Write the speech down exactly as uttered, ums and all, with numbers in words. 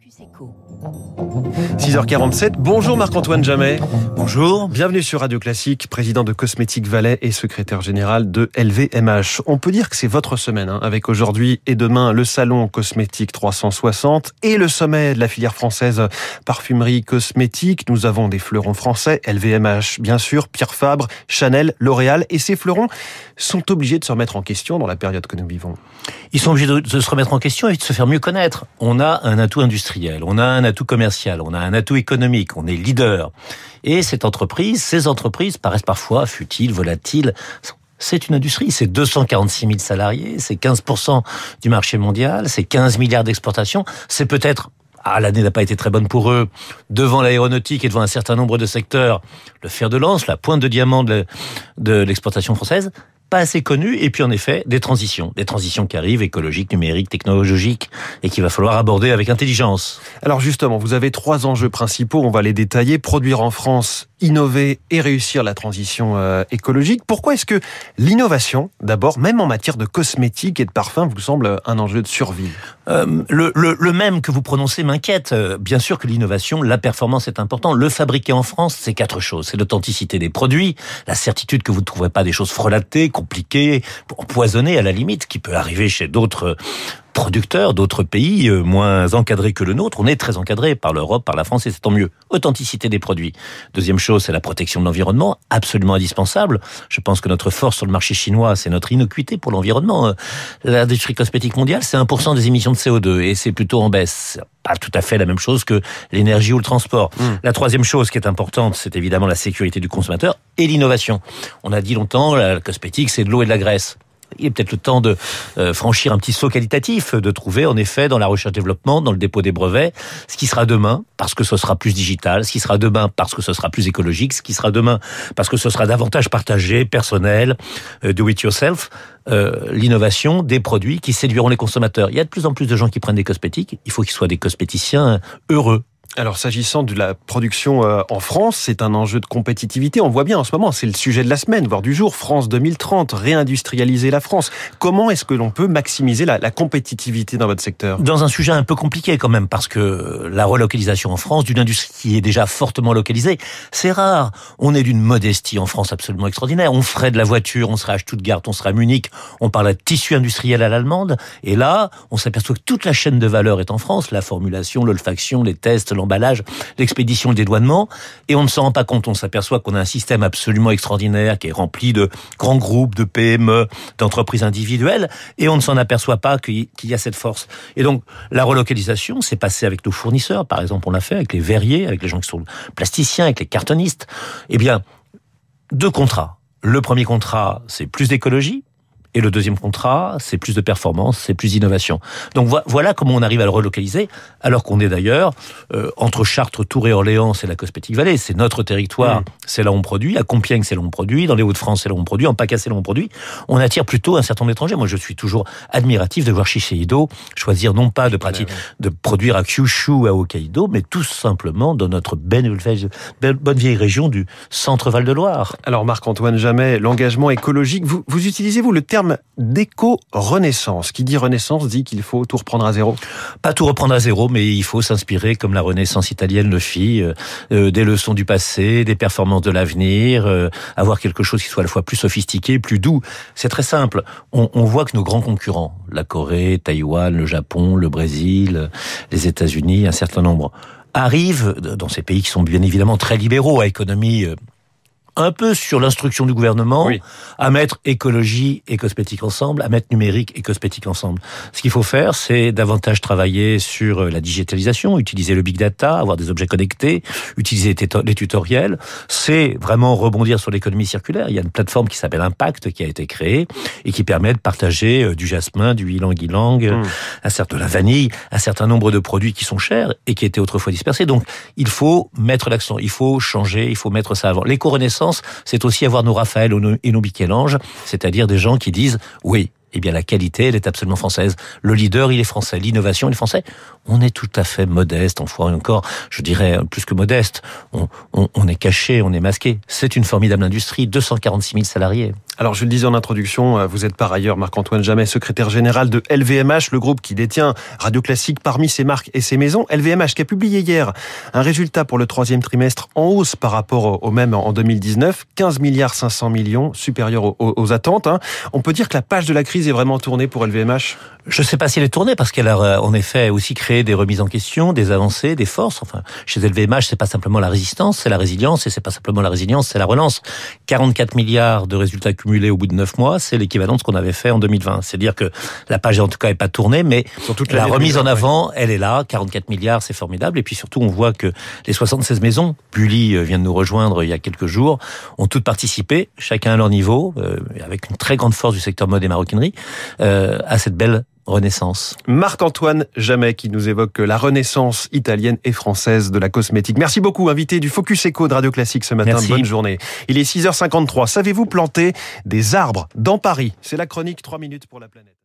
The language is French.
six heures quarante-sept, bonjour Marc-Antoine Jamet. Bonjour. Bienvenue sur Radio Classique, président de Cosmétiques Valais et secrétaire général de L V M H. On peut dire que c'est votre semaine, hein, avec aujourd'hui et demain le salon Cosmétique trois cent soixante et le sommet de la filière française parfumerie cosmétique. Nous avons des fleurons français, L V M H bien sûr, Pierre Fabre, Chanel, L'Oréal, et ces fleurons sont obligés de se remettre en question dans la période que nous vivons. Ils sont obligés de se remettre en question et de se faire mieux connaître. On a un atout industriel, on a un atout commercial, on a un atout économique, on est leader. Et cette entreprise, ces entreprises paraissent parfois futiles, volatiles. C'est une industrie, c'est deux cent quarante-six mille salariés, c'est quinze pour cent du marché mondial, c'est quinze milliards d'exportations, c'est peut-être... Ah, l'année n'a pas été très bonne pour eux. Devant l'aéronautique et devant un certain nombre de secteurs, le fer de lance, la pointe de diamant de l'exportation française, pas assez connu. Et puis en effet, des transitions. Des transitions qui arrivent, écologiques, numériques, technologiques, et qu'il va falloir aborder avec intelligence. Alors justement, vous avez trois enjeux principaux, on va les détailler. Produire en France, innover et réussir la transition euh, écologique. Pourquoi est-ce que l'innovation, d'abord, même en matière de cosmétiques et de parfums, vous semble un enjeu de survie ? euh, le, le, le même que vous prononcez m'inquiète. Euh, bien sûr que l'innovation, la performance est important. Le fabriquer en France, c'est quatre choses. C'est l'authenticité des produits, la certitude que vous ne trouverez pas des choses frelatées, compliquées, empoisonnées à la limite, qui peut arriver chez d'autres producteurs, d'autres pays moins encadrés que le nôtre. On est très encadré par l'Europe, par la France, et c'est tant mieux. Authenticité des produits. Deuxième chose, c'est la protection de l'environnement, absolument indispensable. Je pense que notre force sur le marché chinois, c'est notre innocuité pour l'environnement. L'industrie cosmétique mondiale, c'est un pour cent des émissions de C O deux, et c'est plutôt en baisse. Pas tout à fait la même chose que l'énergie ou le transport. Mmh. La troisième chose qui est importante, c'est évidemment la sécurité du consommateur et l'innovation. On a dit longtemps, la cosmétique, c'est de l'eau et de la graisse. Il est peut-être le temps de euh, franchir un petit saut qualitatif, de trouver en effet dans la recherche-développement, dans le dépôt des brevets, ce qui sera demain, parce que ce sera plus digital, ce qui sera demain parce que ce sera plus écologique, ce qui sera demain parce que ce sera davantage partagé, personnel, euh, do it yourself, euh, l'innovation des produits qui séduiront les consommateurs. Il y a de plus en plus de gens qui prennent des cosmétiques, il faut qu'ils soient des cosméticiens heureux. Alors, s'agissant de la production euh, en France, c'est un enjeu de compétitivité. On voit bien en ce moment, c'est le sujet de la semaine, voire du jour. France deux mille trente, réindustrialiser la France. Comment est-ce que l'on peut maximiser la, la compétitivité dans votre secteur ? Dans un sujet un peu compliqué quand même, parce que la relocalisation en France d'une industrie qui est déjà fortement localisée, c'est rare. On est d'une modestie en France absolument extraordinaire. On ferait de la voiture, on serait à Stuttgart, on serait à Munich, on parle de tissu industriel à l'allemande. Et là, on s'aperçoit que toute la chaîne de valeur est en France. La formulation, l'olfaction, les tests, l'emballage, l'expédition, le dédouanement, et on ne s'en rend pas compte. On s'aperçoit qu'on a un système absolument extraordinaire qui est rempli de grands groupes, de P M E, d'entreprises individuelles, et on ne s'en aperçoit pas qu'il y a cette force. Et donc, la relocalisation, c'est passé avec nos fournisseurs. Par exemple, on l'a fait avec les verriers, avec les gens qui sont plasticiens, avec les cartonnistes. Eh bien, deux contrats. Le premier contrat, c'est plus d'écologie. Et le deuxième contrat, c'est plus de performance, c'est plus d'innovation. Donc voilà comment on arrive à le relocaliser, alors qu'on est d'ailleurs euh, entre Chartres, Tours et Orléans, c'est la Cosmétique Vallée, c'est notre territoire, mmh. c'est là où on produit. À Compiègne, c'est là où on produit. Dans les Hauts-de-France, c'est là où on produit. En PACA, c'est là où on produit. On attire plutôt un certain nombre d'étrangers. Moi, je suis toujours admiratif de voir Shiseido choisir non pas de, prati- de produire à Kyushu ou à Hokkaido, mais tout simplement dans notre belle, belle, bonne vieille région du centre Val-de-Loire. Alors Marc-Antoine Jamet, l'engagement écologique, vous, vous utilisez-vous le terme d'éco-renaissance. Qui dit renaissance dit qu'il faut tout reprendre à zéro. Pas tout reprendre à zéro, mais il faut s'inspirer, comme la Renaissance italienne le fit, euh, des leçons du passé, des performances de l'avenir, euh, avoir quelque chose qui soit à la fois plus sophistiqué, plus doux. C'est très simple. On, on voit que nos grands concurrents, la Corée, Taïwan, le Japon, le Brésil, les États-Unis, un certain nombre, arrivent dans ces pays qui sont bien évidemment très libéraux, à économie euh, un peu sur l'instruction du gouvernement, oui. à mettre écologie et cosmétique ensemble, à mettre numérique et cosmétique ensemble. Ce qu'il faut faire, c'est davantage travailler sur la digitalisation, utiliser le big data, avoir des objets connectés, utiliser les tutoriels. C'est vraiment rebondir sur l'économie circulaire. Il y a une plateforme qui s'appelle Impact qui a été créée et qui permet de partager du jasmin, du ylang-ylang, mmh. un certain, de la vanille, un certain nombre de produits qui sont chers et qui étaient autrefois dispersés. Donc, il faut mettre l'accent, il faut changer, il faut mettre ça avant. L'éco-renaissance, c'est aussi avoir nos Raphaël et nos Michel-Ange, c'est-à-dire des gens qui disent « oui ». Eh bien, la qualité, elle est absolument française. Le leader, il est français. L'innovation, il est français. On est tout à fait modeste, enfin encore, je dirais plus que modeste. On, on, on est caché, on est masqué. C'est une formidable industrie, deux cent quarante-six mille salariés. Alors, je le disais en introduction, vous êtes par ailleurs, Marc-Antoine Jamet, secrétaire général de L V M H, le groupe qui détient Radio Classique parmi ses marques et ses maisons. L V M H qui a publié hier un résultat pour le troisième trimestre en hausse par rapport au même en deux mille dix-neuf, quinze milliards cinq cents millions, supérieur aux, aux attentes. On peut dire que la page de la crise est vraiment tournée pour L V M H ? Je ne sais pas si elle est tournée, parce qu'elle a en effet aussi créé des remises en question, des avancées, des forces. Enfin, chez L V M H, c'est pas simplement la résistance, c'est la résilience, et c'est pas simplement la résilience, c'est la relance. quarante-quatre milliards de résultats cumulés au bout de neuf mois, c'est l'équivalent de ce qu'on avait fait en deux mille vingt. C'est-à-dire que la page, en tout cas, est pas tournée, mais la remise en avant, ouais. Elle est là. quarante-quatre milliards, c'est formidable. Et puis surtout, on voit que les soixante-seize maisons, Bully vient de nous rejoindre il y a quelques jours, ont toutes participé, chacun à leur niveau, euh, avec une très grande force du secteur mode et maroquinerie, euh, à cette belle renaissance. Marc-Antoine Jamet qui nous évoque la renaissance italienne et française de la cosmétique. Merci beaucoup, invité du Focus Eco de Radio Classique ce matin. Merci. Bonne journée. Il est six heures cinquante-trois. Savez-vous planter des arbres dans Paris ? C'est la chronique trois minutes pour la planète.